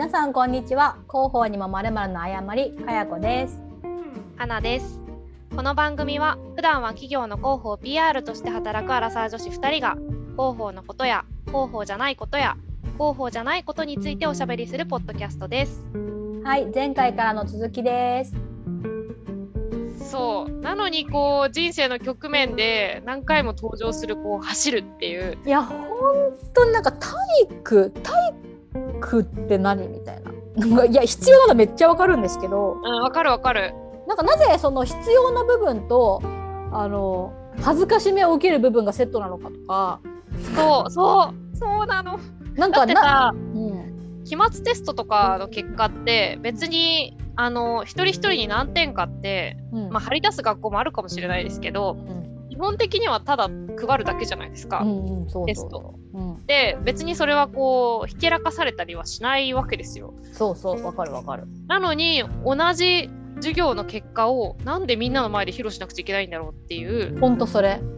さんこんにちは。広報にも〇〇の誤り、かやこです。 花です。この番組は普段は企業の広報 PR として働くアラサー女子2人が広報のことや広報じゃないことや広報じゃないことについておしゃべりするポッドキャストです。 はい、前回からの続きです。 そうなのに人生の局面で何回も登場する走るっていう、 いや本当に体育って何みたいな。いや必要なのめっちゃわかるんですけど、 わかる。 なぜその必要な部分と恥ずかしめを受ける部分がセットなのかとか。 そうなの。だってさ、期末テストとかの結果って別に一人一人に何点かって、張り出す学校もあるかもしれないですけど、基本的にはただ配るだけじゃないですか、テスト、で別にそれはひけらかされたりはしないわけですよ。 そうわかる。 なのに同じ授業の結果をなんでみんなの前で披露しなくちゃいけないんだろうっていう。 ほんとそれ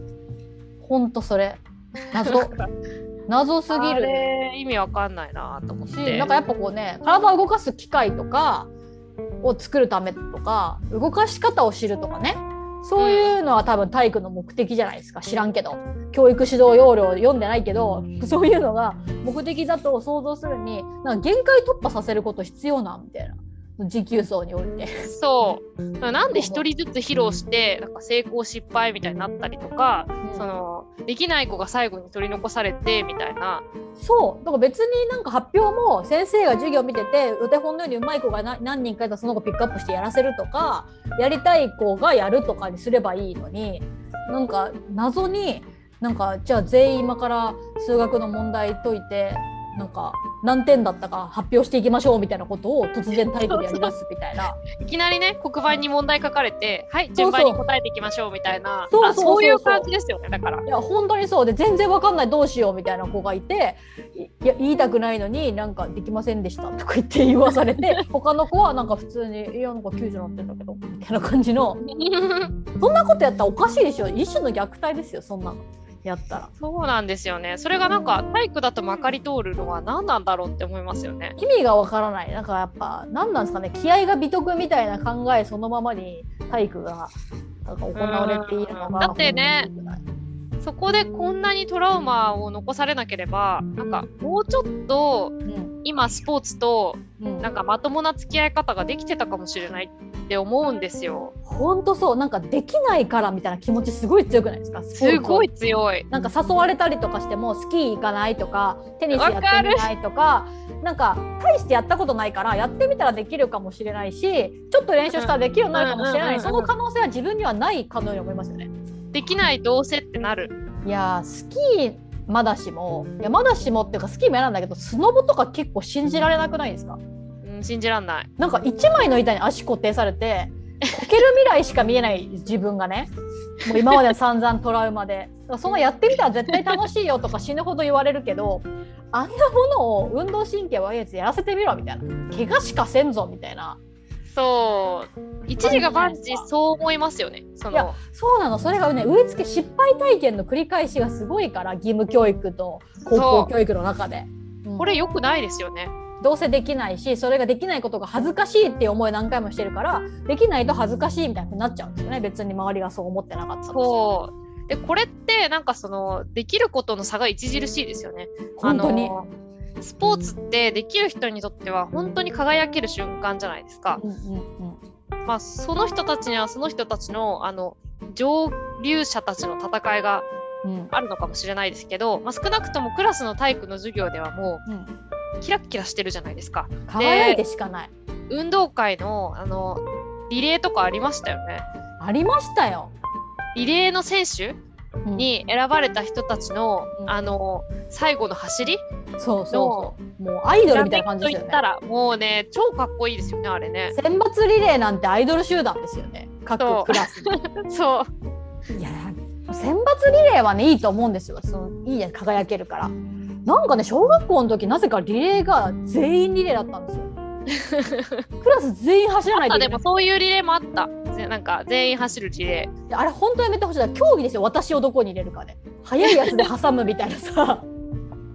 謎すぎる。 あれ意味わかんないなと思って。 やっぱ体を動かす機会とかを作るためとか、動かし方を知るとかね、そういうのは多分体育の目的じゃないですか。知らんけど、教育指導要領読んでないけど、そういうのが目的だと想像するに、限界突破させること必要なみたいな、持久走において。 そうなんで一人ずつ披露して成功失敗みたいになったりとか、できない子が最後に取り残されてみたいな。 そうだから別に発表も先生が授業見ててお手本のように上手い子が何人かいたらその子ピックアップしてやらせるとか、やりたい子がやるとかにすればいいのに、謎にじゃあ全員今から数学の問題解いて何点だったか発表していきましょうみたいなことを突然体育でやりだすみたいな。 いきなりね、黒板に問題書かれて、はい順番に答えていきましょうみたいな。そういう感じですよね。だからいや本当にそうで、全然わかんないどうしようみたいな子がいて、いや言いたくないのにできませんでしたとか言わされて他の子は普通にいや90なってんだけどみたいな感じのそんなことやったらおかしいでしょ。一種の虐待ですよ、そんなのやったら。 そうなんですよね。それが体育だとまかり通るのは何なんだろうって思いますよね。 意味がわからない。やっぱ何なんですかね、気合が美徳みたいな考えそのままに体育が行われているのが。 だってね、そこでこんなにトラウマを残されなければもうちょっと、今スポーツとまともな付き合い方ができてたかもしれないって思うんですよ。 ほんとそう。できないからみたいな気持ちすごい強くないですか。 すごい強い。 誘われたりとかしてもスキー行かないとかテニスやってみないとか、大してやったことないからやってみたらできるかもしれないし、ちょっと練習したらできるようになるかもしれない。その可能性は自分にはないかのように思いますよね。 できないどうせってなる。 いやスキーまだしもっていうかスキーも嫌なんだけど、スノボとか結構信じられなくないですか。 信じらんない。 一枚の板に足固定されてこける未来しか見えない自分がね、もう今まで散々トラウマで、そんなやってみたら絶対楽しいよとか死ぬほど言われるけど、あんなものを運動神経悪いやつやらせてみろみたいな、怪我しかせんぞみたいな。 そう一時が万事そう思いますよね。 いやそうなの。それがね、植え付け失敗体験の繰り返しがすごいから、義務教育と高校教育の中で、 これ良くないですよね。 どうせできないし、それができないことが恥ずかしいっていう思い何回もしてるから、できないと恥ずかしいみたいになっちゃうんですよね。別に周りがそう思ってなかった。 そうで、これってできることの差が著しいですよね。 本当にスポーツってできる人にとっては本当に輝ける瞬間じゃないですか。その人たちにはその人たちの上流者たちの戦いがあるのかもしれないですけど、少なくともクラスの体育の授業ではもう、キラッキラしてるじゃないですか。 輝いてしかない。 運動会のリレーとかありましたよね。 ありましたよ。 リレーの選手に選ばれた人たちの、最後の走りそうもうアイドルみたいな感じですよね。 と言ったらもうね、超かっこいいですよね、あれね。 選抜リレーなんてアイドル集団ですよね、各クラスに。 そういや選抜リレーはね、いいと思うんですよ。いいね、輝けるから。小学校の時なぜかリレーが全員リレーだったんですよ。クラス全員走らないといけない。 でもそういうリレーもあった。全員走るリレー。あれ本当やめてほしい。競技ですよ。私をどこに入れるかで、速いやつで挟むみたいなさ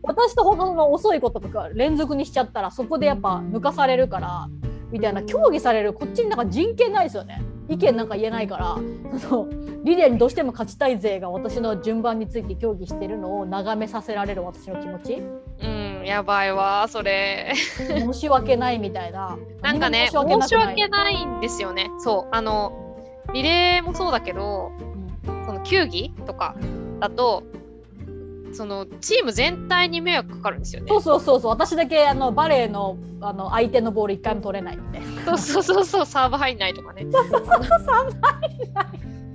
私と他の遅いこととか連続にしちゃったらそこでやっぱ抜かされるからみたいな、協議されるこっちになんか人権ないですよね。意見なんか言えないからリレーにどうしても勝ちたい勢が私の順番について協議してるのを眺めさせられる私の気持ち、 やばいわそれ申し訳ないみたいななんかね、申し訳ないんですよね。そうリレーもそうだけど、その球技とかだとそのチーム全体に迷惑かかるんですよね。 そう私だけバレーの相手のボール一回も取れないみたいな。 そうサーブ入んないとかね。 サーブ入んない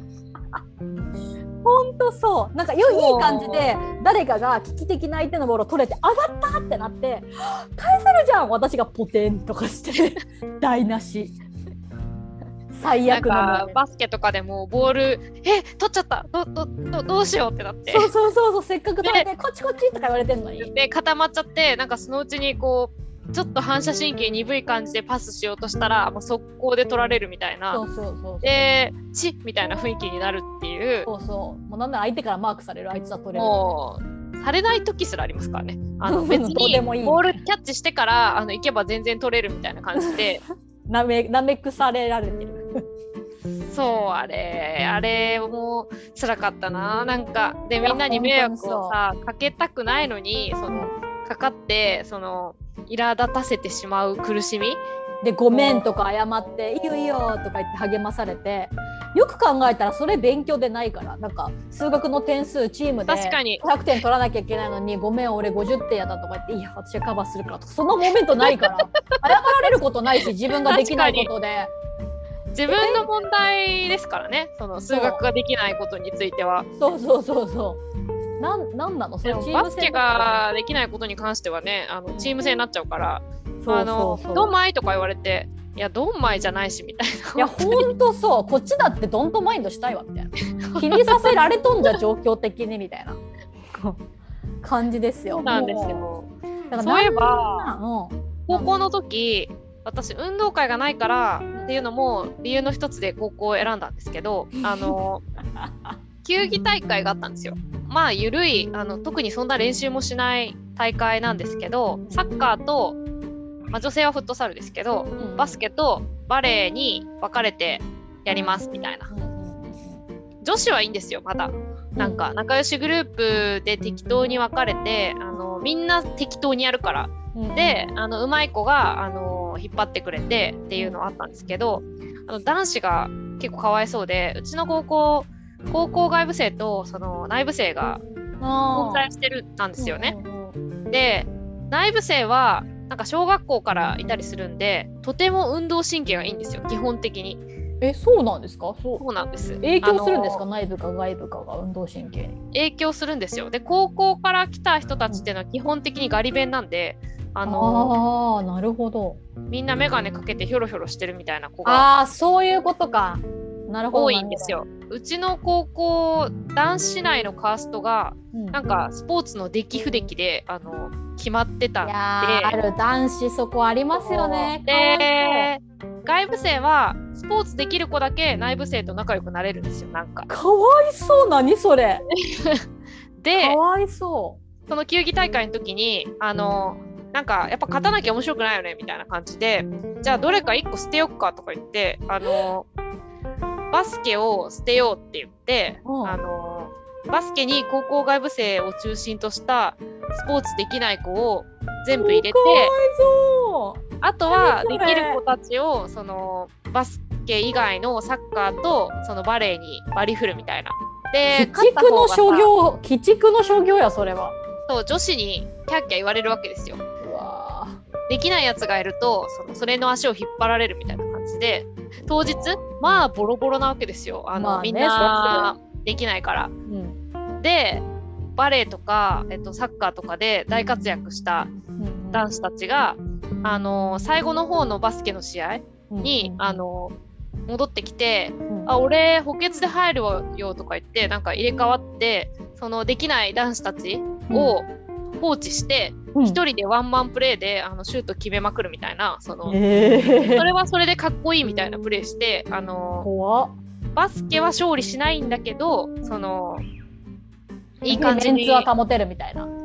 ほんとそうなんかいい感じで誰かが危機的な相手のボールを取れて上がったってなって返せるじゃん、私がポテンとかして台無し最悪のなんかバスケとかでもボール取っちゃったどうしようってなって、 そうせっかく取れてこっちとか言われてんのにで固まっちゃって、なんかそのうちにこうちょっと反射神経鈍い感じでパスしようとしたらもう速攻で取られるみたいな、でみたいな雰囲気になるっていう。 もうなんなら相手からマークされる、あいつは取れるもうされない時すらありますからね。別にボールキャッチしてから行けば全然取れるみたいな感じでなめくされられてるそうあれもう辛かったな。なんかでみんなに迷惑をさかけたくないのにかかって苛立たせてしまう苦しみで、ごめんとか謝っていいよいいよとか言って励まされて、よく考えたらそれ勉強でないから、なんか数学の点数チームで100点取らなきゃいけないのに、ごめん俺50点やだとか言って、いや私はカバーするからとか、そのモメントないから謝られることないし、自分ができないことで自分の問題ですからね、その数学ができないことについては。 そうなんなのそれ、チームバスケができないことに関してはね、チーム戦になっちゃうから、ドンマイとか言われて、いやドンマイじゃないしみたいな。 いやほんとそう、こっちだってドントマインドしたいわみたいな気にさせられとんじゃ状況的にみたいな感じですよ。 そうなんですよ。そういえば、高校の時私運動会がないからっていうのも理由の一つで高校を選んだんですけど、球技大会があったんですよ。まあゆるい特にそんな練習もしない大会なんですけど、サッカーと、女性はフットサルですけど、バスケとバレーに分かれてやりますみたいな。女子はいいんですよ、まだなんか仲良しグループで適当に分かれてみんな適当にやるから、でうまい子が引っ張ってくれてっていうのはあったんですけど、男子が結構かわいそうで、うちの高校外部生と内部生が混在してるんですよね。で内部生はなんか小学校からいたりするんで、とても運動神経がいいんですよ、基本的に。 そうなんですか。 そうなんです。 影響するんですか、内部か外部かが運動神経に。 影響するんですよ。で高校から来た人たちっていうのは基本的にガリ勉なんで、 なるほど。 みんな眼鏡かけてヒョロヒョロしてるみたいな子がそういうことか。なるほど。 多いんですよ。うちの高校男子内のカーストが、なんかスポーツの出来不出来で決まってたんで。 ある男子そこありますよね。 で外部生はスポーツできる子だけ内部生と仲良くなれるんですよ。なんかかわいそう。何それでかわいそう。 その球技大会の時になんかやっぱ勝たなきゃ面白くないよねみたいな感じで、じゃあどれか1個捨てよっかとか言ってバスケを捨てようって言って、バスケに高校外部生を中心としたスポーツできない子を全部入れて、あとはできる子たちをバスケ以外のサッカーとバレーに割り振るみたいな。で鬼畜の所業やそれは。 そう女子にキャッキャ言われるわけですよ。できないやつがいるとそれの足を引っ張られるみたいな感じで、当日ボロボロなわけですよ。みんなできないから、でバレーとか、サッカーとかで大活躍した男子たちが、最後の方のバスケの試合に、戻ってきて、俺補欠で入るよとか言って、なんか入れ替わってできない男子たちを放置して、一人でワンマンプレーでシュート決めまくるみたいな、それはそれでかっこいいみたいなプレーして、バスケは勝利しないんだけどいい感じにメンツは保てるみたいな。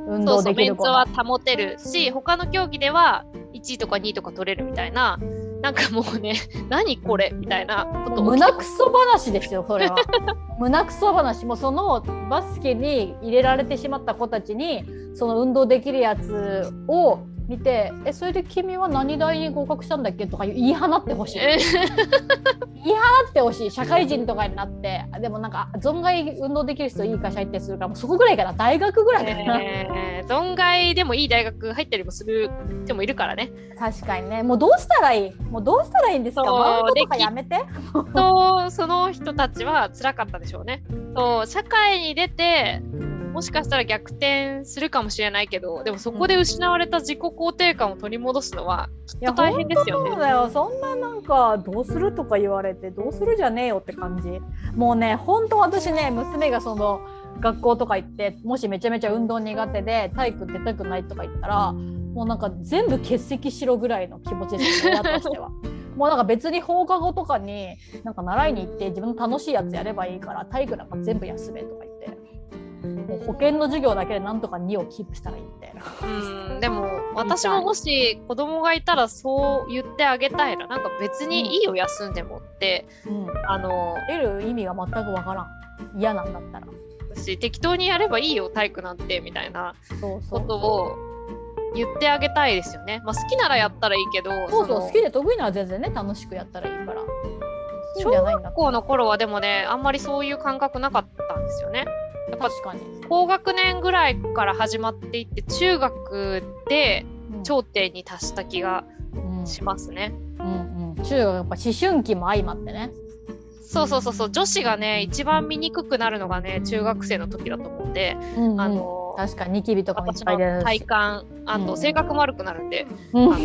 運動できる子が。 メンツは保てるし、他の競技では1位とか2位とか取れるみたいな、なんかもうね、何これみたいなことを。 胸クソ話ですよ、それは。胸クソ話。もうそのバスケに入れられてしまった子たちに、その運動できるやつを見て、それで君は何大に合格したんだっけとか言い放ってほしい。言い放ってほしい。社会人とかになって、でもなんか存外運動できる人いい会社入ってするから、もうそこぐらいかな、大学ぐらいかな。 存外でもいい大学入ったりもする人もいるからね。 確かにね。もうどうしたらいい？もうどうしたらいいんですか？マウントとかやめて。 その人たちは辛かったでしょうね。そう社会に出てもしかしたら逆転するかもしれないけど、でもそこで失われた自己肯定感を取り戻すのはきっと大変ですよね。 そうだよ。そんななんかどうするとか言われてどうするじゃねえよって感じ。もうね、本当私ね、娘がその学校とか行って、もしめちゃめちゃ運動苦手で体育出たくないとか言ったら、もうなんか全部欠席しろぐらいの気持ちですよ、親としては。もうなんか別に放課後とかになんか習いに行って自分の楽しいやつやればいいから体育なんか全部休めとか言って。もう保険の授業だけでなんとか2をキープしたらいいみたいな。 でも私ももし子供がいたらそう言ってあげたいな。なんか別にいいよ、休んでもって、 得る意味が全くわからん。嫌なんだったら適当にやればいいよ体育なんてみたいなことを言ってあげたいですよね。まあ、好きならやったらいいけど、 そう好きで得意なら全然ね、楽しくやったらいいから。 小学校の頃はでもね、あんまりそういう感覚なかったんですよね。やっぱ高学年ぐらいから始まっていって、中学で頂点に達した気がしますね。 中学やっぱ思春期も相まってね。 そう女子がね一番見にくくなるのがね中学生の時だと思うんで、 確かにニキビとかもいっぱい出るし、 体感性格も悪くなるんで、 本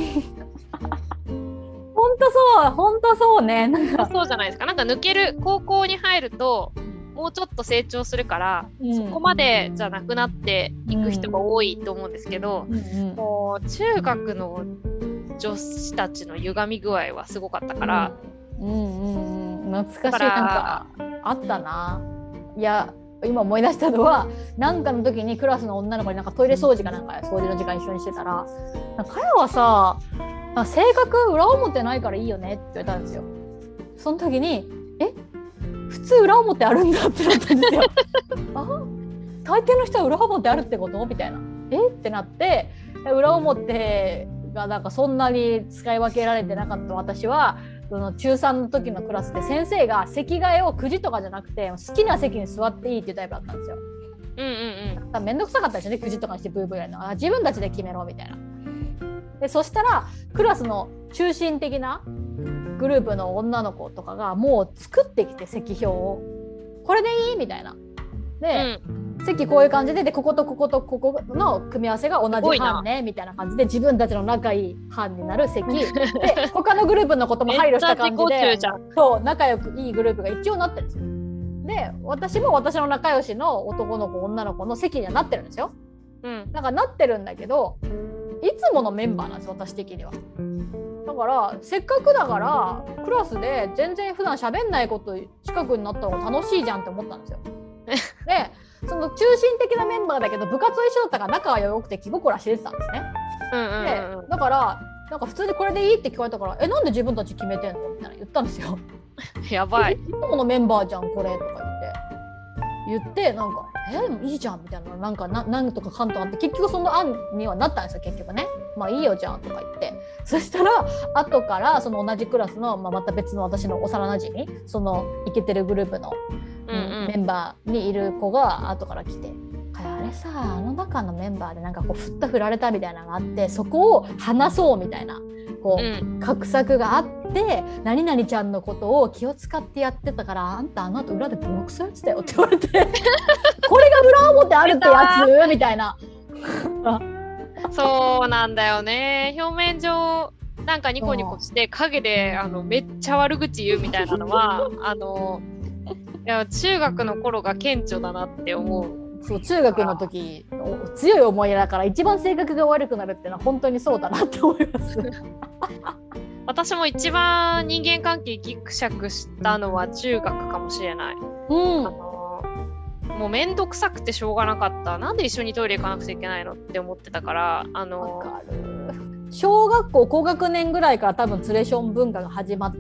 当そうね。なんかそうじゃないですか。なんか抜ける高校に入るともうちょっと成長するから、そこまでじゃなくなっていく人が多いと思うんですけど、もう中学の女子たちの歪み具合はすごかったから、 懐かしい。なんかあったな。いや今思い出したのは、なんかの時にクラスの女の子になんかトイレ掃除かなんか掃除の時間一緒にしてたら、かやはさ性格裏表ないからいいよねって言われたんですよ。その時に普通裏表あるんだってなったんですよ。大抵の人は裏表あるってことみたいな。ってなって、裏表がなんかそんなに使い分けられてなかった私は、その中3の時のクラスで先生が席替えを9時とかじゃなくて好きな席に座っていいっていうタイプだったんですよ。めんどくさかったですよね、9時とかにしてブーブーやるの。自分たちで決めろみたいな。でそしたらクラスの中心的なグループの女の子とかがもう作ってきて、席表をこれでいいみたいな。で、席こういう感じで、こことこことここの組み合わせが同じ班ねみたいな感じで、自分たちの仲いい班になる席で、他のグループのことも配慮した感じでそう仲良くいいグループが一応なってるんですよ。で私も私の仲良しの男の子女の子の席にはなってるんですよ。なんかなってるんだけど、いつものメンバーなんですよ、私的には。だからせっかくだからクラスで全然普段喋んないこと近くになった方が楽しいじゃんって思ったんですよ。でその中心的なメンバーだけど部活は一緒だったから仲が良くて気心は知れてたんですね。でだからなんか普通にこれでいいって聞かれたからなんで自分たち決めてんのみたいな言ったんですよ。 やばい。 いつものメンバーじゃんこれとか言ってなんかいいじゃんみたいな、なんとかかんとかって結局その案にはなったんですよ結局ね。まあいいよじゃんとか言って、そしたら後からその同じクラスの、また別の私の幼なじみ、そのイケてるグループの、メンバーにいる子が後から来て、あれさあの中のメンバーでなんかこう振った振られたみたいなのがあって、そこを話そうみたいなこう、画策があって何々ちゃんのことを気を使ってやってたから、あんたあの後裏でボロクソやってたよって言われてこれが裏表あるってやつみたいなそうなんだよね。表面上なんかニコニコして陰でめっちゃ悪口言うみたいなのはいや中学の頃が顕著だなって思う。 そう中学の時強い思いだから一番性格が悪くなるっていうのは本当にそうだなって思います私も一番人間関係ギクシャクしたのは中学かもしれない。 もうめんどくさくてしょうがなかった。なんで一緒にトイレ行かなくちゃいけないのって思ってたから。 わかる。小学校高学年ぐらいから多分ツレション文化が始まって、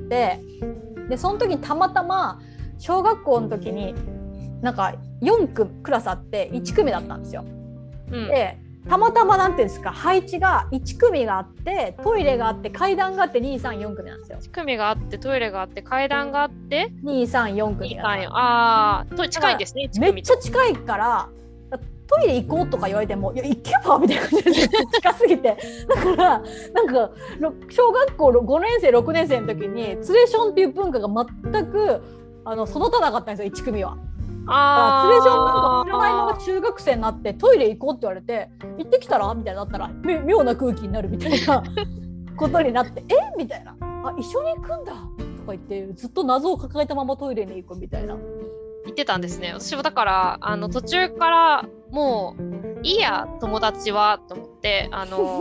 でその時にたまたま小学校の時になんか4組クラスあって1組だったんですよ。でたまたまなんていうんですか、配置が1組があってトイレがあって階段があって234組なんですよ。 1組があってトイレがあって階段があって 234組。 近いですね。 めっちゃ近いからトイレ行こうとか言われても、いや行けばみたいな感じで近すぎてだからなんか小学校5年生6年生の時にツレションっていう文化が全く育たなかったんですよ、1組は。ツレションなんか知らないまま中学生になってトイレ行こうって言われて、行ってきたらみたいになったら妙な空気になるみたいなことになってみたいな、一緒に行くんだとか言ってずっと謎を抱えたままトイレに行くみたいな言ってたんですね。私もだから途中からもういいや友達はと思って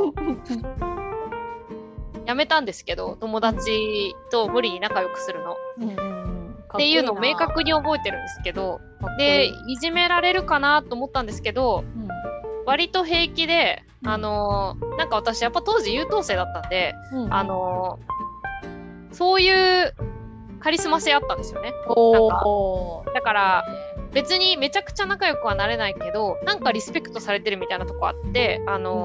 やめたんですけど、友達と無理に仲良くするの、っていうのを明確に覚えてるんですけど、でいじめられるかなと思ったんですけど、割と平気でなんか私やっぱ当時優等生だったんで、そういうカリスマ性あったんですよね。だから別にめちゃくちゃ仲良くはなれないけど、なんかリスペクトされてるみたいなとこあって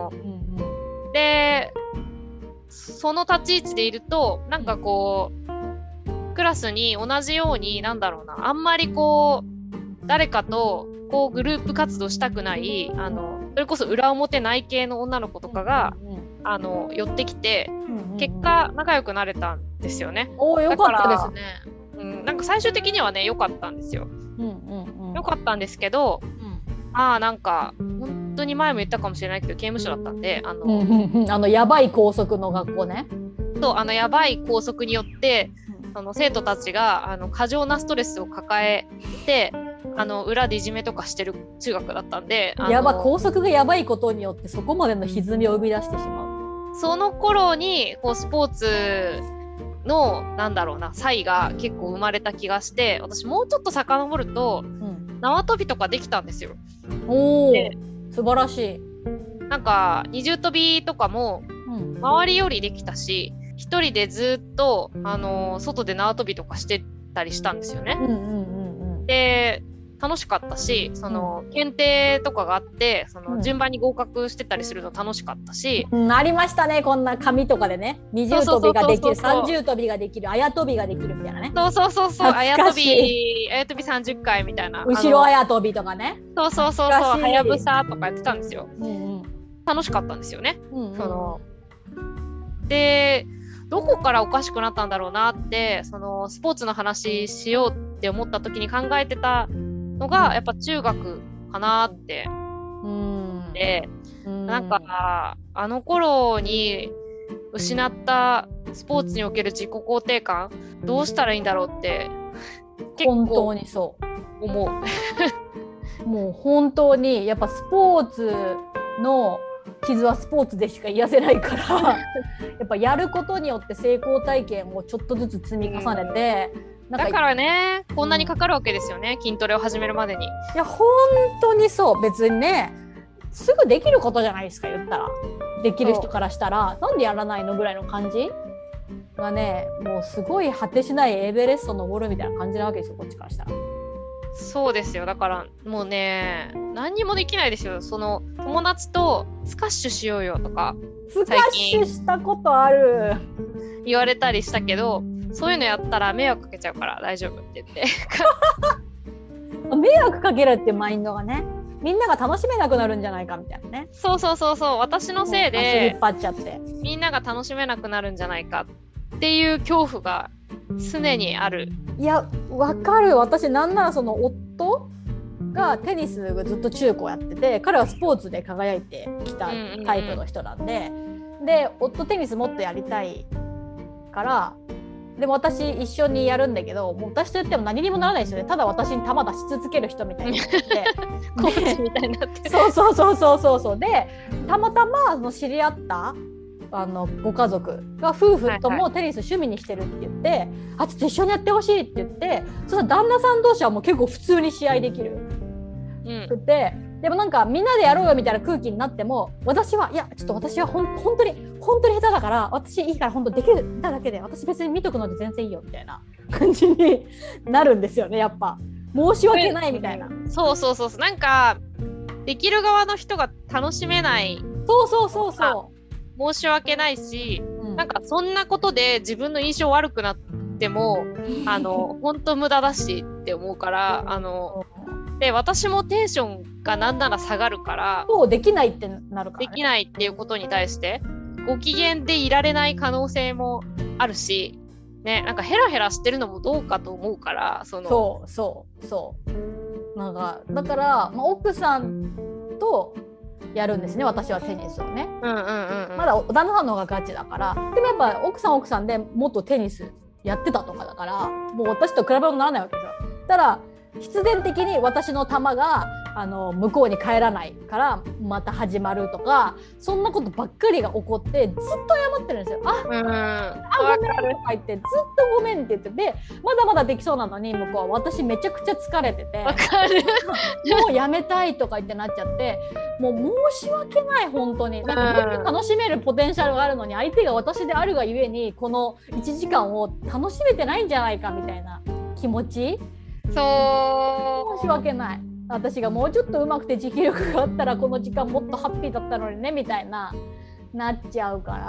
でその立ち位置でいるとなんかこうクラスに同じようになんだろうな、あんまりこう誰かとこうグループ活動したくないそれこそ裏表ない系の女の子とかが寄ってきて、結果仲良くなれたんですよね。 よかったですね。なんか最終的にはね良かったんですよ。良かったんですけど、なんか本当に前も言ったかもしれないけど刑務所だったんでやばい校則の学校ね。 そうやばい校則によって生徒たちが過剰なストレスを抱えて裏でいじめとかしてる中学だったんで、 校則がやばいことによってそこまでの歪みを生み出してしまう。 その頃にこうスポーツのなんだろうな差異が結構生まれた気がして、私もうちょっと遡ると、縄跳びとかできたんですよ。 素晴らしい。 なんか二重跳びとかも周りよりできたし、一人でずっと外で縄跳びとかしてたりしたんですよね。で楽しかったし、検定とかがあって順番に合格してたりするの楽しかったし、 ありましたね、こんな紙とかでね、二重跳びができる、三重跳びができる、あや跳びができるみたいなね。 あや跳び30回みたいな、 後ろあや跳びとかね。 はやぶさとかやってたんですよ。楽しかったんですよね。でどこからおかしくなったんだろうなってスポーツの話しようって思った時に考えてたのがやっぱ中学かなって。でなんかあの頃に失ったスポーツにおける自己肯定感どうしたらいいんだろうって結構本当にそう思う。もう本当にやっぱスポーツの傷はスポーツでしか癒せないからやっぱやることによって成功体験をちょっとずつ積み重ねて、 だからねこんなにかかるわけですよね、筋トレを始めるまでに。 いや本当にそう、別にねすぐできることじゃないですか、言ったらできる人からしたらなんでやらないのぐらいの感じがね、もうすごい果てしないエベレスト登るみたいな感じなわけですよ、こっちからしたら。 そうですよ。だからもうね何にもできないですよ。友達とスカッシュしようよとかスカッシュしたことある言われたりしたけど、そういうのやったら迷惑かけちゃうから大丈夫って言って迷惑かけるっていうマインドがね、みんなが楽しめなくなるんじゃないかみたいなね。 そう私のせいで足引っ張っちゃってみんなが楽しめなくなるんじゃないかっていう恐怖が常にある。 いやわかる。私なんなら夫がテニスずっと中高やってて、彼はスポーツで輝いてきたタイプの人なんで、で夫テニスもっとやりたいからでも私一緒にやるんだけど、もう私と言っても何にもならないですよね。ただ私に球出し続ける人みたいになってコーチみたいになってそうでたまたま知り合ったご家族が夫婦ともテニス趣味にしてるって言って、ちょっと一緒にやってほしいって言って、そしたら旦那さん同士はもう結構普通に試合できる。 くて、でもなんかみんなでやろうよみたいな空気になっても、私はいやちょっと私は本当に下手だから、私いいから本当できるだけで、私別に見とくので全然いいよみたいな感じになるんですよね。やっぱ申し訳ないみたいな。 そうなんかできる側の人が楽しめない。 そう申し訳ないし、なんかそんなことで自分の印象悪くなっても本当無駄だしって思うから、で私もテンションがなんなら下がるから、 そうできないってなるから、ね、 できないっていうことに対してご機嫌でいられない可能性もあるし、ね、なんかヘラヘラしてるのもどうかと思うから、そうなんかだから、奥さんとやるんですね、私はテニスをね。まだ旦那さんの方がガチだから。でもやっぱ奥さんでもっとテニスやってたとかだから、もう私と比べ物にならないわけですよ。ただ必然的に私の球が向こうに帰らないからまた始まるとか、そんなことばっかりが起こってずっと謝ってるんですよ。ごめんとか言って、ずっとごめんって言ってて、まだまだできそうなのに向こうは私めちゃくちゃ疲れててもうやめたいとか言ってなっちゃって、もう申し訳ない本当に。なんかもっと楽しめるポテンシャルがあるのに、相手が私であるがゆえにこの1時間を楽しめてないんじゃないかみたいな気持ち。申し訳ない、私がもうちょっと上手くて持久力があったらこの時間もっとハッピーだったのにねみたいななっちゃうから。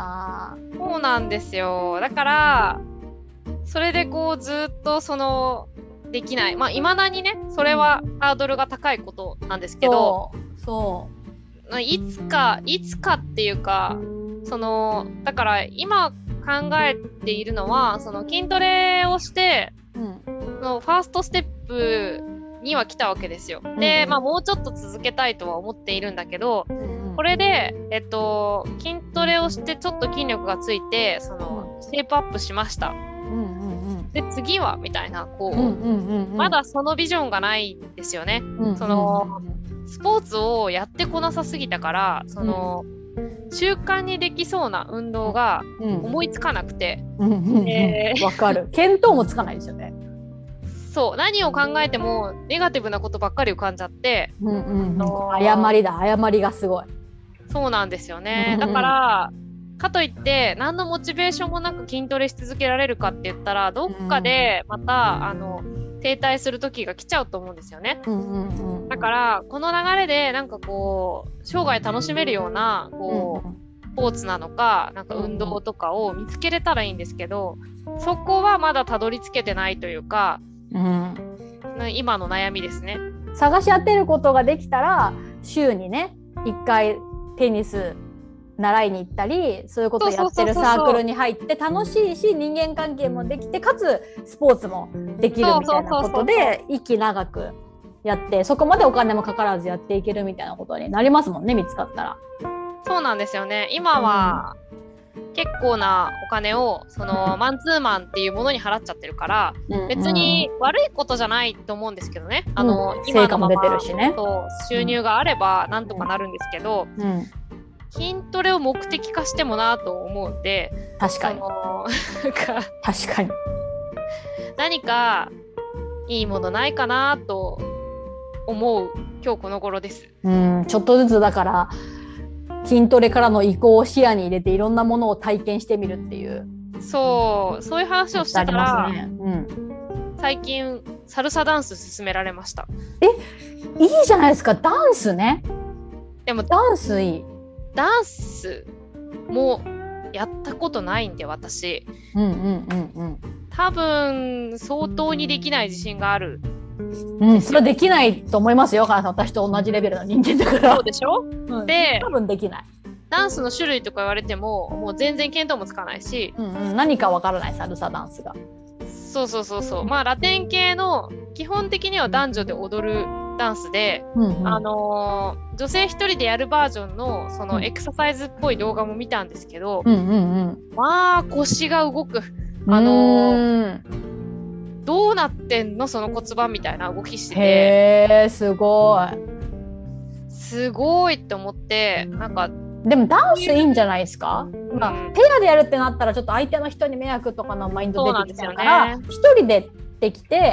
そうなんですよ。だからそれでこうずっとできない、いまだにねそれはハードルが高いことなんですけど、いつかっていうか、だから今考えているのは、筋トレをして、ファーストステップには来たわけですよ。で、もうちょっと続けたいとは思っているんだけど、これで、筋トレをしてちょっと筋力がついてシェイプアップしました。で次はみたいなまだそのビジョンがないんですよね。スポーツをやってこなさすぎたから、習慣にできそうな運動が思いつかなくて、 わかる。見当もつかないですよね。 そう、何を考えてもネガティブなことばっかり浮かんじゃって、 誤りがすごい。そうなんですよね。だからかといって何のモチベーションもなく筋トレし続けられるかって言ったら、どっかでまた停滞する時が来ちゃうと思うんですよね。だからこの流れでなんか生涯楽しめるようなスポーツなのか、なんか運動とかを見つけれたらいいんですけど、そこはまだたどり着けてないというか、今の悩みですね。 探し当てることができたら、週にね1回テニス習いに行ったり、そういうことをやってるサークルに入って楽しいし、人間関係もできて、かつスポーツもできるみたいなことで息長くやって、そこまでお金もかからずやっていけるみたいなことになりますもんね、見つかったら。 そうなんですよね。今は、結構なお金をマンツーマンっていうものに払っちゃってるから、別に悪いことじゃないと思うんですけどね。 成果も出てるしね。 収入があればなんとかなるんですけど、筋トレを目的化してもなと思うんで。 確かに確かに何かいいものないかなと思う今日この頃です。 ちょっとずつだから筋トレからの移行を視野に入れて、いろんなものを体験してみるっていう、 そういう話をしてたら、最近サルサダンス勧められました。 いいじゃないですか、ダンスね。 でもダンスいい。 ダンスもやったことないんで、私多分相当にできない自信がある。 それはできないと思いますよ、私と同じレベルの人間だから。 そうでしょ、で多分できない。 ダンスの種類とか言われてももう全然見当もつかないし、 何かわからない、サルサダンスが。 そうラテン系の基本的には男女で踊るダンスで、女性一人でやるバージョンのエクササイズっぽい動画も見たんですけど、腰が動く。どうなってんのその骨盤みたいな動きしてて、 すごいって思って。なんかでもダンスいいんじゃないですか。ペアでやるってなったらちょっと相手の人に迷惑とかのマインド出てきちゃうから、一人でできて、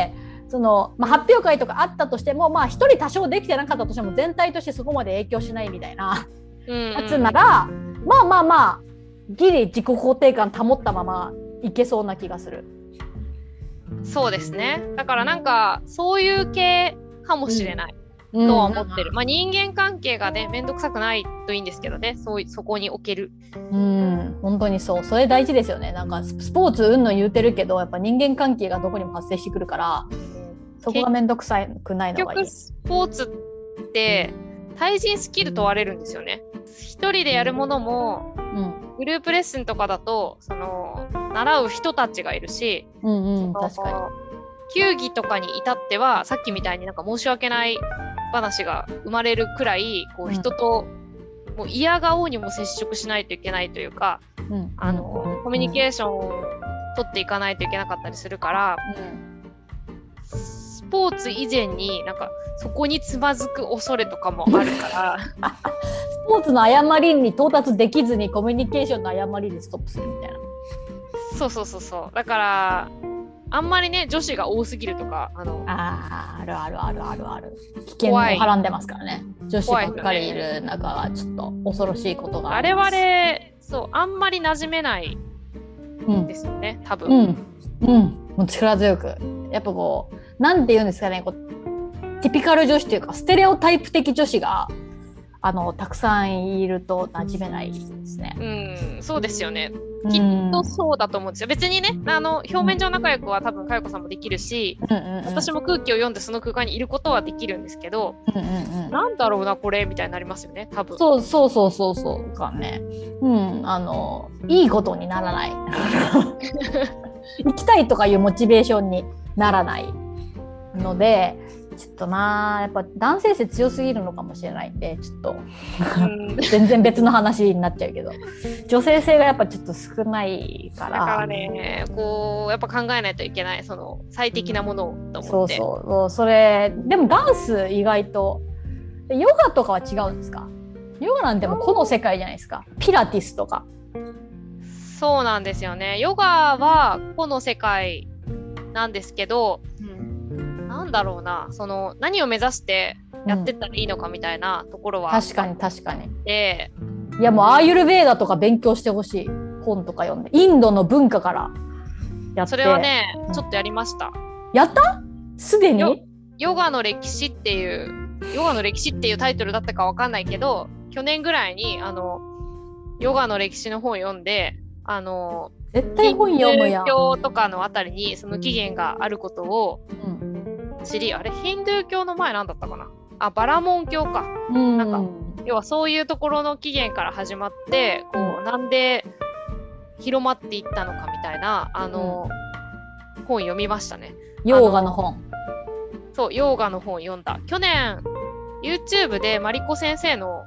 その、発表会とかあったとしても、一人多少できてなかったとしても全体としてそこまで影響しないみたいなやつなら、ギリ自己肯定感保ったままいけそうな気がする。 そうですね。だからなんかそういう系かもしれない、とは思ってる。人間関係がねめんどくさくないといいんですけどね、そこに置ける。 本当にそう、それ大事ですよね。なんかスポーツうんの言うてるけど、やっぱ人間関係がどこにも発生してくるから、そこがめんどくさくないのがいい。 結局スポーツって対人スキル問われるんですよね。一人でやるものも、グループレッスンとかだとその習う人たちがいるし、 確かに球技とかに至ってはさっきみたいになんか申し訳ない話が生まれるくらいこう人ともう嫌顔にも接触しないといけないというか、コミュニケーションを取っていかないといけなかったりするから、スポーツ以前になんかそこにつまずく恐れとかもあるからスポーツの誤りに到達できずにコミュニケーションの誤りでストップするみたいな。 そうだからあんまりね女子が多すぎるとかある危険をはらんでますからね。女子ばっかりいる中はちょっと恐ろしいことがあります。 我々あんまり馴染めないですよね、多分。 もう力強くやっぱこうなんて言うんですかね、こうティピカル女子というかステレオタイプ的女子がたくさんいると馴染めないですね。 そうですよね。きっとそうだと思うんですよ。別にね表面上仲良くは多分佳代子さんもできるし、私も空気を読んでその空間にいることはできるんですけど、なんだろうなこれみたいになりますよね多分。 そうかね。いいことにならない行きたいとかいうモチベーションにならないので、ちょっとやっぱ男性性強すぎるのかもしれないんで、ちょっと全然別の話になっちゃうけど、女性性がやっぱちょっと少ないから、 だからねこうやっぱ考えないといけない、その最適なものをと思って。 それでもダンス意外とヨガとかは違うんですか？ヨガなんてもうこの世界じゃないですか。ピラティスとか。 そうなんですよね。ヨガはこの世界なんですけど、なんだろうな、その何を目指してやってったらいいのかみたいなところは、 確かにいやもうアーユルヴェーダとか勉強してほしい。本とか読んでインドの文化からやって。 それはね、ちょっとやりました。 やった？すでに？ ヨガの歴史っていうタイトルだったかわかんないけど、去年ぐらいにヨガの歴史の本を読んで、 絶対本読むやん。 ヒンドゥー教とかのあたりにその起源があることを知り、あれヒンドゥー教の前なんだったかな、バラモン教か、なんか要はそういうところの起源から始まってこうなんで広まっていったのかみたいな本読みましたね。 ヨーガの本。 そうヨーガの本読んだ。去年 YouTube でマリコ先生の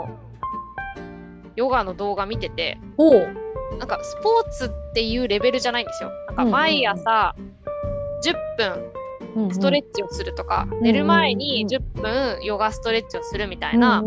ヨガの動画見てて、なんかスポーツっていうレベルじゃないんですよ。なんか毎朝10分ストレッチをするとか、寝る前に10分ヨガストレッチをするみたいな、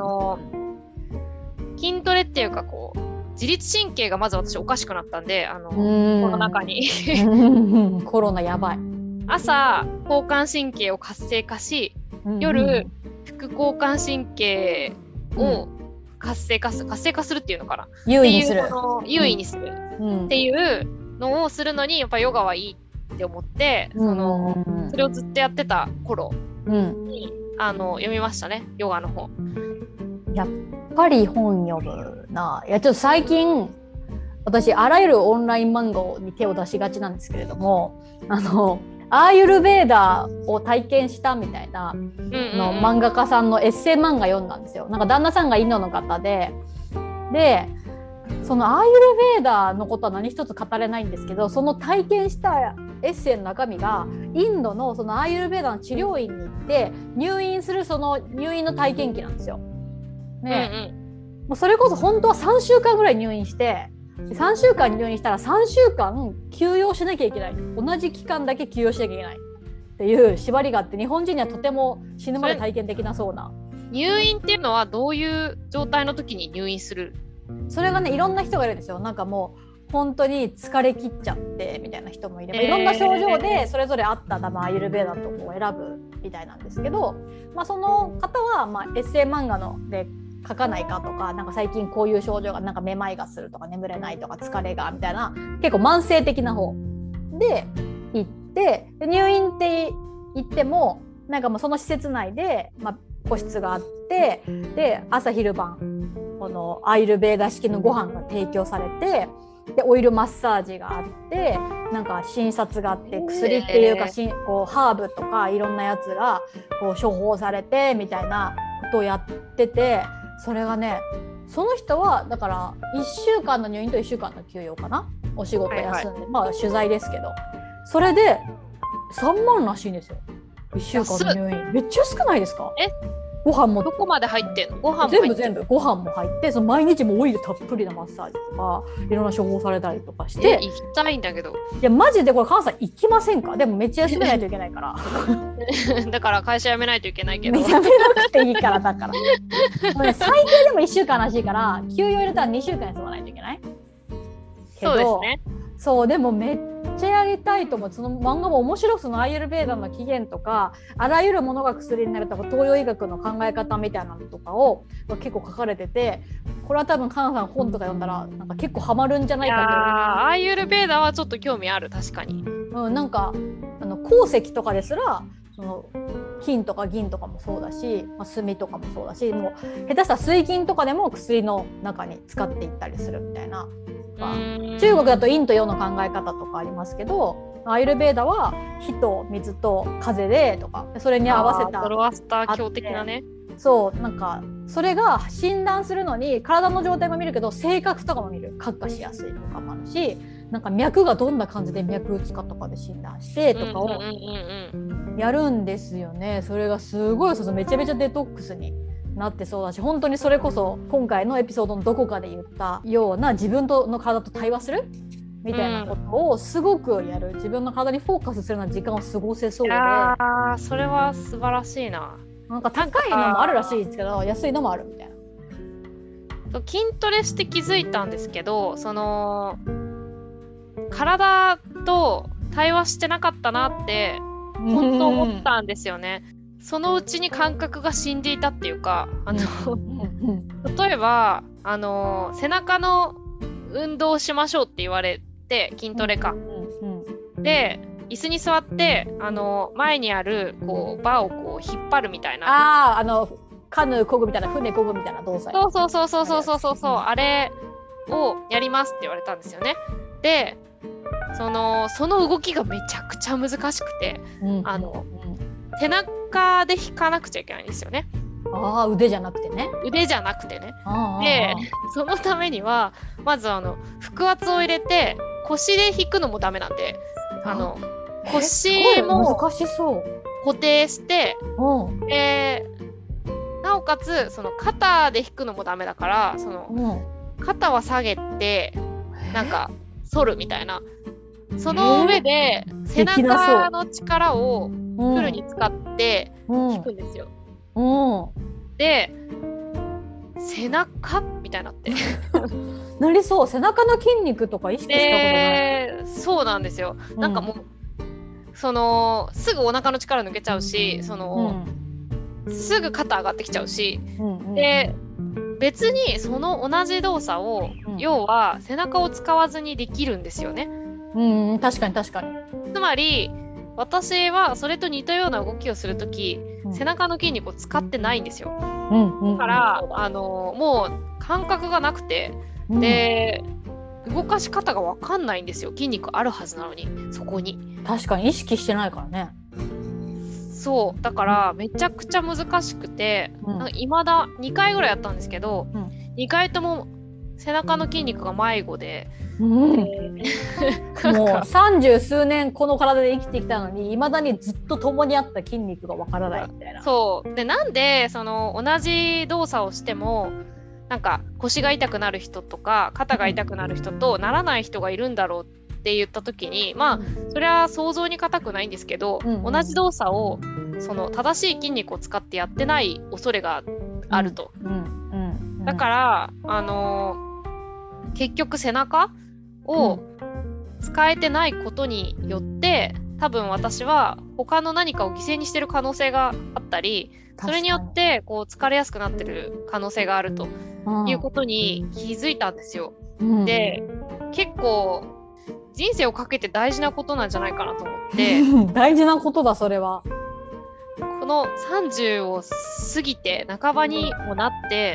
筋トレっていうかこう自律神経がまず私おかしくなったんで、この中にコロナやばい。 朝交感神経を活性化し、夜副交感神経を活性化するっていうのかな、 優位にするっていうのをするのにやっぱヨガはいいって思って、それをずっとやってた頃に、読みましたね、ヨガの本。 やっぱり本読むな。いやちょっと最近私あらゆるオンライン漫画に手を出しがちなんですけれども、アーユルヴェーダを体験したみたいなの漫画家さんのエッセイ漫画読んだんですよ。なんか旦那さんがインドの方でそのアーユルヴェーダのことは何一つ語れないんですけど、その体験したエッセイの中身がインドのそのアーユルヴェーダの治療院に行って入院するその入院の体験記なんですよ。もうそれこそ本当は3週間ぐらい入院して、3週間入院したら3週間休養しなきゃいけない、同じ期間だけ休養しなきゃいけないっていう縛りがあって、日本人にはとても死ぬまで体験できなそうな。 入院っていうのはどういう状態の時に入院する？ それがねいろんな人がいるんですよ。なんかもう本当に疲れ切っちゃってみたいな人もいれば、いろんな症状でそれぞれ合ったアイルベーダとこう選ぶみたいなんですけど、その方はエッセイ漫画ので書かないかとか、なんか最近こういう症状がなんかめまいがするとか眠れないとか疲れがみたいな結構慢性的な方で行って、入院って言ってもなんかもうその施設内で、個室があって、で朝昼晩このアイルベーダ式のご飯が提供されて、でオイルマッサージがあって、なんか診察があって、薬っていうかこうハーブとかいろんなやつがこう処方されてみたいなことをやってて、それがね、その人はだから1週間の入院と1週間の休養かな、お仕事休んで、取材ですけど、それで3万らしいんですよ、1週間の入院。めっちゃ少ないですか？ご飯もどこまで入ってんの？ご飯も全部ご飯も入って、その毎日もオイルたっぷりなマッサージとかいろんな処方されたりとかして。 行きたいんだけど。 いやマジでこれ関西行きませんか？でもめっちゃ休めないといけないからだから会社辞めないといけないけど。 辞めなくていいから、だから最低でも1週間らしいから、休養入れたら2週間休まないといけないけど、 そうですね。 そう、でもめっちゃやりたいと思う。その漫画も面白く、そのアイルベーダの起源とか、あらゆるものが薬になるとか、東洋医学の考え方みたいなのとかを結構書かれてて、これは多分カナさん本とか読んだらなんか結構ハマるんじゃないかと思う。 アイルベーダはちょっと興味ある、確かに。 なんか鉱石とかですらその金とか銀とかもそうだし、炭とかもそうだし、もう下手したら水銀とかでも薬の中に使っていったりするみたいな。中国だと陰と陽の考え方とかありますけど、アイルベーダは火と水と風でとか、それに合わせたゾロアスター教的なね。 そう、なんかそれが診断するのに体の状態も見るけど、性格とかも見る、活化しやすいとかもあるし、なんか脈がどんな感じで脈打つかとかで診断してとかをやるんですよね。それがすごいめちゃめちゃデトックスになってそうだし、本当にそれこそ今回のエピソードのどこかで言ったような自分の体と対話するみたいなことをすごくやる、自分の体にフォーカスするような時間を過ごせそうで、 それは素晴らしいな。 なんか高いのもあるらしいですけど、安いのもあるみたいな。筋トレして気づいたんですけど、その体と対話してなかったなって本当思ったんですよね。そのうちに感覚が死んでいたっていうか、例えば背中の運動をしましょうって言われて、筋トレか、で椅子に座って前にあるこうバーをこう引っ張るみたいな、 カヌー漕ぐみたいな、船漕ぐみたいな動作、 そう、あれをやりますって言われたんですよね。でその動きがめちゃくちゃ難しくて、背中で引かなくちゃいけないんですよね。 腕じゃなくてね。 でそのためにはまず腹圧を入れて腰で引くのもダメなんで、腰も固定して、なおかつその肩で引くのもダメだから、その肩は下げてなんか反るみたいな、その上で背中の力をフルに使って引くんですよ。で背中みたいになってなりそう。背中の筋肉とか意識したことない。 そうなんですよ。なんかもうすぐお腹の力抜けちゃうし、すぐ肩上がってきちゃうし、で別にその同じ動作を、要は背中を使わずにできるんですよね。 確かに。 つまり私はそれと似たような動きをするとき、背中の筋肉を使ってないんですよ。だからもう感覚がなくて、で動かし方が分かんないんですよ。筋肉あるはずなのに、そこに。 確かに意識してないからね。 そうだからめちゃくちゃ難しくて、未だ2回ぐらいやったんですけど、2回とも背中の筋肉が迷子で、 もう30数年この体で生きてきたのに、未だにずっと共にあった筋肉がわからないみたいな。 そうで、なんで同じ動作をしてもなんか腰が痛くなる人とか肩が痛くなる人とならない人がいるんだろうって言った時に、それは想像に難くないんですけど、同じ動作を正しい筋肉を使ってやってない恐れがあると。だから結局背中を使えてないことによって、多分私は他の何かを犠牲にしてる可能性があったり、それによってこう疲れやすくなってる可能性があるということに気づいたんですよ。で、結構人生をかけて大事なことなんじゃないかなと思って大事なことだそれは。 この30を過ぎて半ばにもなって、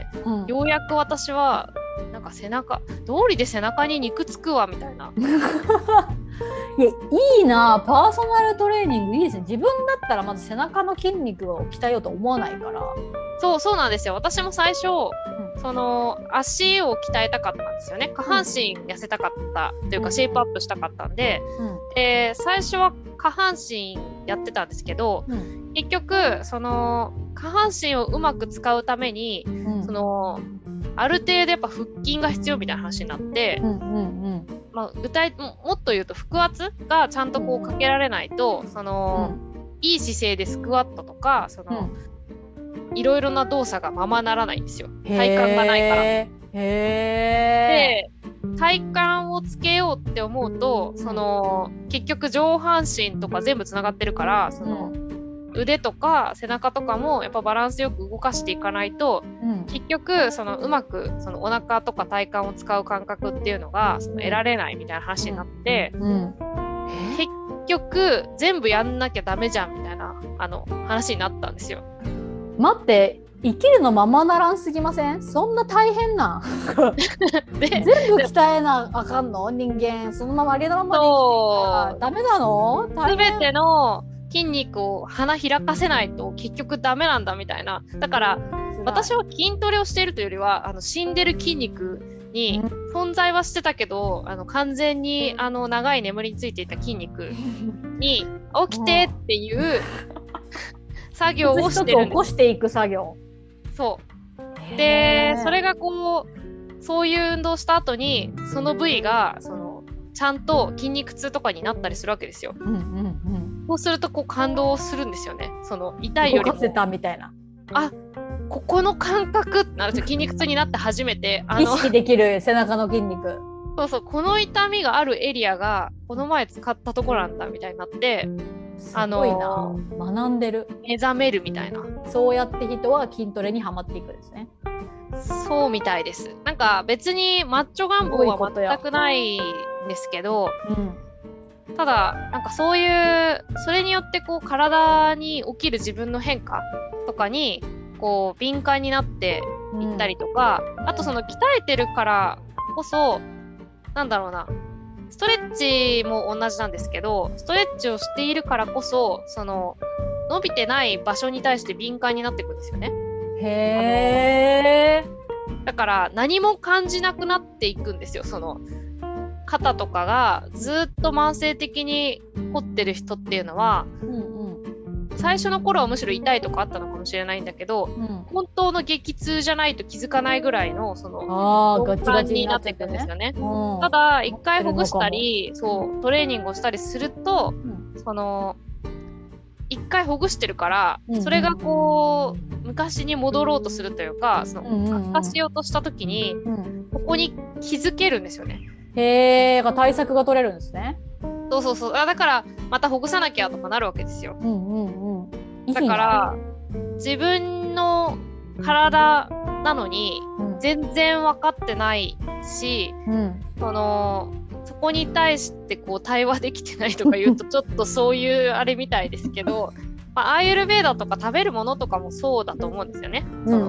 ようやく私はなんか道理で背中に肉つくわみたいな。 いや、いいな、パーソナルトレーニングいいですね。自分だったらまず背中の筋肉を鍛えようと思わないから。 そうなんですよ。私も最初、その足を鍛えたかったんですよね。下半身痩せたかったというか、シェイプアップしたかったんで、で最初は下半身やってたんですけど、結局その下半身をうまく使うために、そのある程度やっぱ腹筋が必要みたいな話になって、もっと言うと腹圧がちゃんとこうかけられないと、その、いい姿勢でスクワットとかその、いろいろな動作がままならないんですよ。体幹がないから。で、体幹をつけようって思うと、その結局上半身とか全部つながってるから、その腕とか背中とかもやっぱバランスよく動かしていかないと、結局そのうまくそのお腹とか体幹を使う感覚っていうのがその得られないみたいな話になって、結局全部やんなきゃダメじゃんみたいな話になったんですよ。 待って、生きるのままならんすぎません？そんな大変なで全部鍛えなあかんの？人間そのままありのままで生きてたらダメなの？ 全ての筋肉を花開かせないと結局ダメなんだみたいな。だから私は筋トレをしているというよりは死んでる筋肉に存在はしてたけど、完全に長い眠りについていた筋肉に起きてっていう作業をしてるんです。 起こしていく作業。 そうで、それがこうそういう運動した後にその部位がちゃんと筋肉痛とかになったりするわけですよ。そうするとこう感動するんですよね。その痛いよりも動かせたみたいな。 ここの感覚ってなるんですよ。筋肉痛になって初めて意識できる背中の筋肉。 そうこの痛みがあるエリアがこの前使ったところなんだみたいになって、 すごいな、学んでる。 目覚めるみたいな。 そうやって人は筋トレにはまっていくんですね。 そうみたいです。なんか別にマッチョ願望は全くないんですけど、ただなんかそういうそれによってこう体に起きる自分の変化とかにこう敏感になっていったりとか、あとその鍛えてるからこそなんだろうな、ストレッチも同じなんですけど、ストレッチをしているからこそその伸びてない場所に対して敏感になっていくんですよね。 へー。 だから何も感じなくなっていくんですよ。その肩とかがずっと慢性的に凝ってる人っていうのは、最初の頃はむしろ痛いとかあったのかもしれないんだけど、本当の激痛じゃないと気づかないぐらいのそのガチガチになっていくんですよね。ただ一回ほぐしたりトレーニングをしたりすると、その一回ほぐしてるから、それがこう昔に戻ろうとするというか、その悪化しようとした時に、ここに気づけるんですよね。 へー、対策が取れるんですね。 そうだからまたほぐさなきゃとかなるわけですよ。だから自分の体なのに全然分かってないし、そこに対してこう対話できてないとか言うとちょっとそういうあれみたいですけど、アーユルヴェーダとか食べるものとかもそうだと思うんですよね。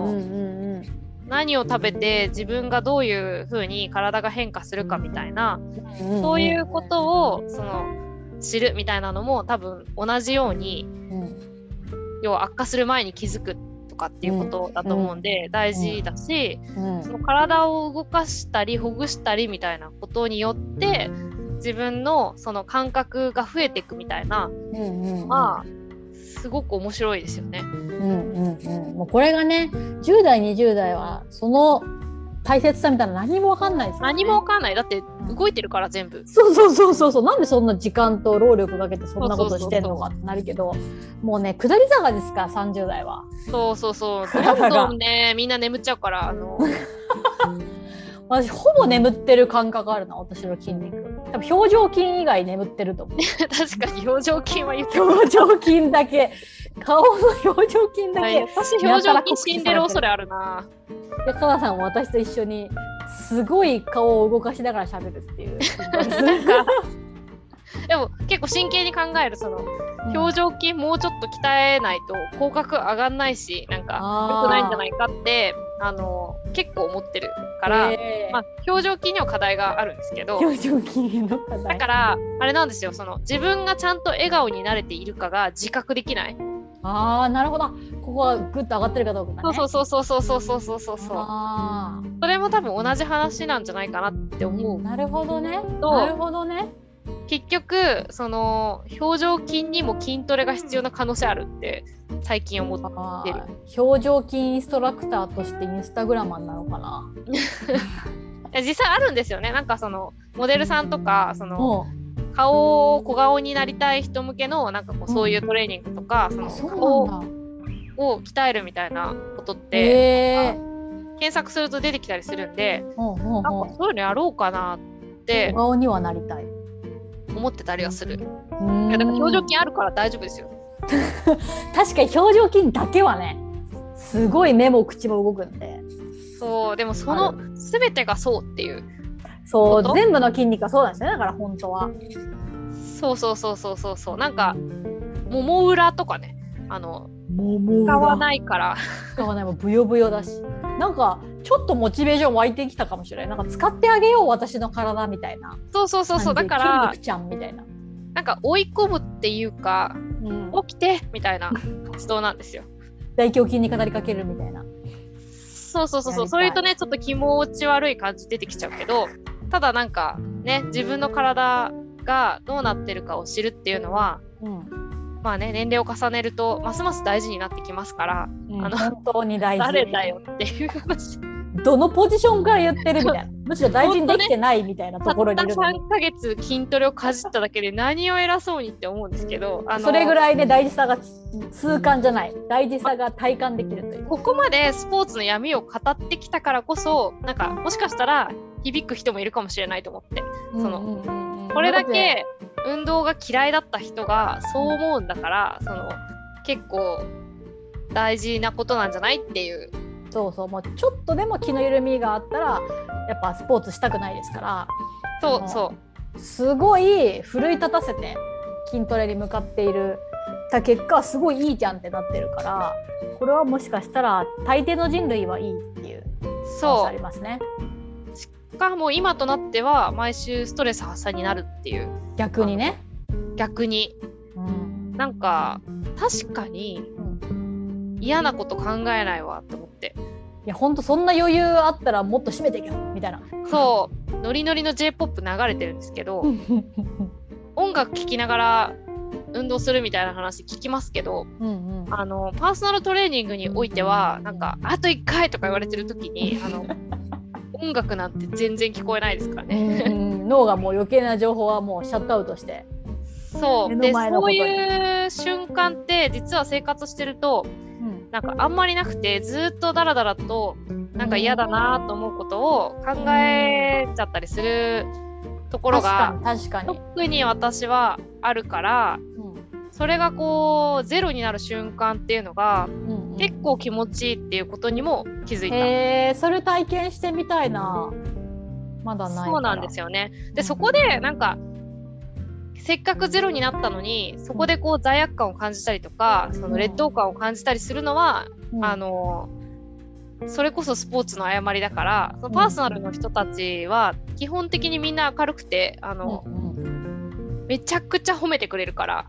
何を食べて自分がどういう風に体が変化するかみたいな、そういうことを知るみたいなのも多分同じように、要は悪化する前に気づくとかっていうことだと思うんで、大事だし、その体を動かしたりほぐしたりみたいなことによって自分のその感覚が増えていくみたいな、すごく面白いですよね。 もうこれがね、10代20代はその大切さみたいな何も分かんないですよね。 何も分かんない。だって動いてるから全部。 そうなんでそんな時間と労力かけてそんなことしてんのかってなるけど、もうね下り坂ですから30代は。 そうどんどんねみんな眠っちゃうから私ほぼ眠ってる感覚あるな、私の筋肉。多分表情筋以外眠ってると思う。 確かに表情筋は言って表情筋だけ、顔の表情筋だけ、はい、 私表情筋死んでる恐れあるな。 でかなさんは私と一緒にすごい顔を動かしながら喋るっていうなんかでも結構真剣に考える、その表情筋もうちょっと鍛えないと口角上がんないし、なんか良くないんじゃないかって結構思ってるから、まあ、表情筋には課題があるんですけど、 表情筋の課題だからあれなんですよ、その自分がちゃんと笑顔に慣れているかが自覚できない。 なるほど、ここはグッと上がってるかどうかね。 そうそれも多分同じ話なんじゃないかなって思う。 なるほどね、なるほどね。 結局その表情筋にも筋トレが必要な可能性あるって最近思ってる。 表情筋インストラクターとしてインスタグラマーなのかな実際あるんですよね。なんかそのモデルさんとかその小顔になりたい人向けのなんかこうそういうトレーニングとか、その顔を鍛えるみたいなことって、検索すると出てきたりするんで、なんかそういうのやろうかなって小顔にはなりたい思ってたりはする。いやだから表情筋あるから大丈夫ですよ確かに表情筋だけはね、すごい目も口も動くんで。 そう、でもその全てがそうっていう、 そう全部の筋肉がそうなんですよね。だから本当はそうなんかもも裏とかね、使わないから使わない、もうブヨブヨだし、なんかちょっとモチベーション湧いてきたかもしれない。なんか使ってあげよう私の体みたいな。 そうだから筋肉ちゃんみたいな、 なんか追い込むっていうか、起きてみたいな活動なんですよ。 大胸筋に語りかけるみたいな。 そういうとねちょっと気持ち悪い感じ出てきちゃうけど、ただなんかね、自分の体がどうなってるかを知るっていうのは、まあね、年齢を重ねるとますます大事になってきますから、 本当に大事。 誰だよっていう話。 どのポジションから言ってるみたいな、むしろ大事にできてないみたいなところにいるのに、 たった3ヶ月筋トレをかじっただけで何を偉そうにって思うんですけど、 それぐらいで大事さが痛感じゃない、大事さが体感できるという。 ここまでスポーツの闇を語ってきたからこそ、なんかもしかしたら響く人もいるかもしれないと思って、これだけ運動が嫌いだった人がそう思うんだから、その結構大事なことなんじゃないっていう。 そうもうちょっとでも気の緩みがあったらやっぱスポーツしたくないですから、すごい奮い立たせて筋トレに向かっているた結果すごいいいじゃんってなってるから、これはもしかしたら大抵の人類はいいっていう話ありますね。 しかも今となっては毎週ストレス発散になるっていう。 逆に、 なんか確かに嫌なこと考えないわと思って。 いやほんとそんな余裕あったらもっと締めていけよみたいな。 そうノリノリの J-POP 流れてるんですけど音楽聴きながら運動するみたいな話聞きますけど、パーソナルトレーニングにおいてはなんかあと1回とか言われてる時に音楽なんて全然聞こえないですからね脳がもう余計な情報はもうシャットアウトして、 そういう瞬間って実は生活してるとなんかあんまりなくて、ずっとダラダラとなんか嫌だなと思うことを考えちゃったりするところが確かに特に私はあるから、それがこうゼロになる瞬間っていうのが結構気持ちいいっていうことにも気づいた。 それ体験してみたいな。まだないから。 そうなんですよね。でそこでなんかせっかくゼロになったのにそこでこう罪悪感を感じたりとか、その劣等感を感じたりするのは、それこそスポーツの誤りだから、そのパーソナルの人たちは基本的にみんな明るくてめちゃくちゃ褒めてくれるから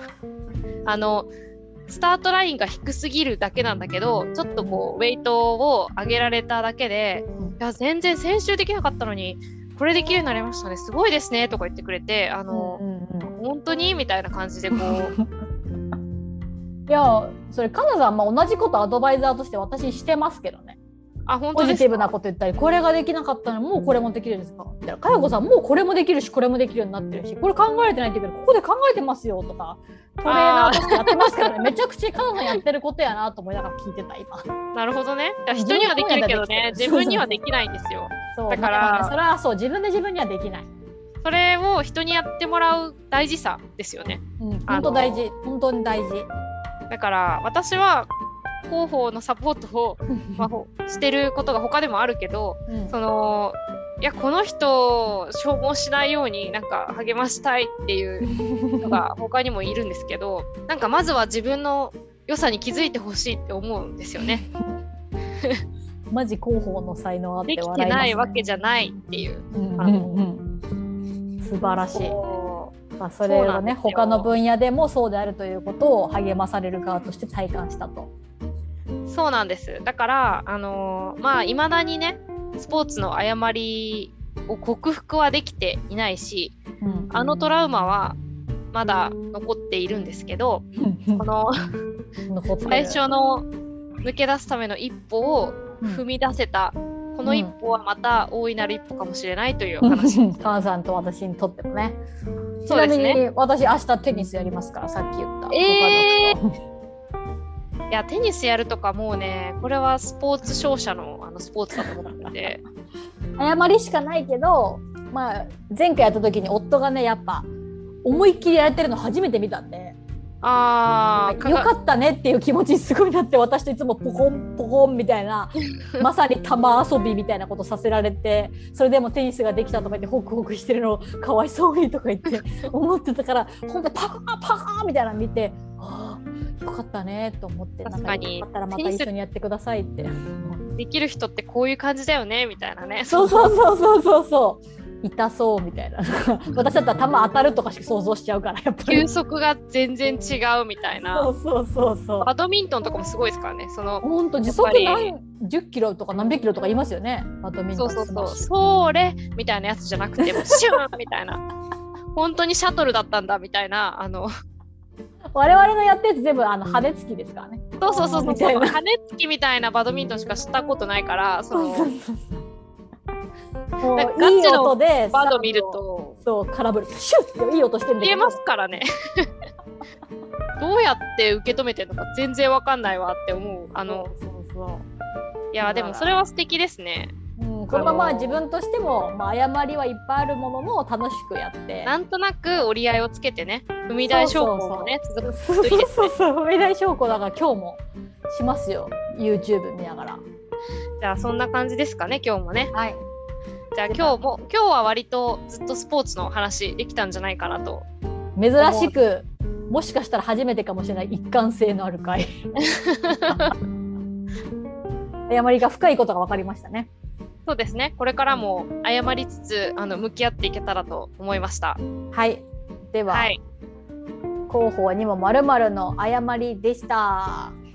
スタートラインが低すぎるだけなんだけど、ちょっとこうウェイトを上げられただけで、いや全然先週できなかったのにこれできるようになりましたね、すごいですねとか言ってくれて、本当にみたいな感じでこういやそれカナさん、同じことアドバイザーとして私してますけどね。 本当ですか？ ポジティブなこと言ったり、これができなかったのにもうこれもできるんですかみたいな。かよこさんもうこれもできるしこれもできるようになってるし、これ考えてないって言うけどここで考えてますよとかトレーナーとしてやってますからねめちゃくちゃカナさんやってることやなと思いながら聞いてた今。 なるほどね。人にはできるけどね自分にはできないんですよ。 そうだから、 それはそう、自分で自分にはできない。 それを人にやってもらう大事さですよね。 本当大事、本当に大事。 だから私は広報のサポートを、してることが他でもあるけど、いやこの人を消耗しないようになんか励ましたいっていうのが他にもいるんですけど、なんかまずは自分の良さに気づいてほしいって思うんですよね。 マジ広報の才能あって笑いますね。 できてないわけじゃないっていう、 素晴らしい。それがね、他の分野でもそうであるということを励まされる側として体感したと。 そうなんです。だから未だにね、スポーツの誤りを克服はできていないし、あのトラウマはまだ残っているんですけど、この最初の抜け出すための一歩を踏み出せた、この一歩はまた大いなる一歩かもしれないという話です。 母さんと私にとってもね。 そうですね。 ちなみに私明日テニスやりますから、さっき言った。 いやテニスやるとかもうね、これはスポーツ勝者のスポーツだと思ってて誤りしかないけど、前回やった時に夫がね、やっぱ思いっきりやれてるの初めて見たんで、よかったねっていう気持ちすごいなって、私といつもポコンポコンみたいなまさに玉遊びみたいなことさせられて、それでもテニスができたとか言ってホクホクしてるのかわいそうにとか言って思ってたから、本当にパカーパカーみたいなの見て、よかったねと思って、 確かによかったらまた一緒にやってくださいってできる人ってこういう感じだよねみたいなね。 そう痛そうみたいな私だったら球当たるとかしか想像しちゃうから、やっぱり球速が全然違うみたいな。 そうバドミントンとかもすごいですからね。 本当時速何十キロとか何百キロとか言いますよね、バドミントン。 それみたいなやつじゃなくてもシューンみたいな本当にシャトルだったんだみたいな、 我々のやってるやつ全部羽根つきですからね。 そう羽根つきみたいなバドミントンしかしたことないから、 もういい音でバド見ると空振りシュッっていい音してるんだけど、 消えますからねどうやって受け止めてるのか全然わかんないわって思う。いやでもそれは素敵ですね。 このまま自分としても、誤りはいっぱいあるものも楽しくやって、 なんとなく折り合いをつけてね、踏み台昇降もね続くといいですね。 踏み台昇降だから今日もしますよ、 YouTube 見ながら。 じゃあそんな感じですかね、今日もね。 はい。 じゃあ今日は割とずっとスポーツの話できたんじゃないかなと。 珍しく、もしかしたら初めてかもしれない一貫性のある回誤りが深いことが分かりましたね。 そうですね、これからも謝りつつ向き合っていけたらと思いました。 はい、では、広報にも〇〇の誤りでした。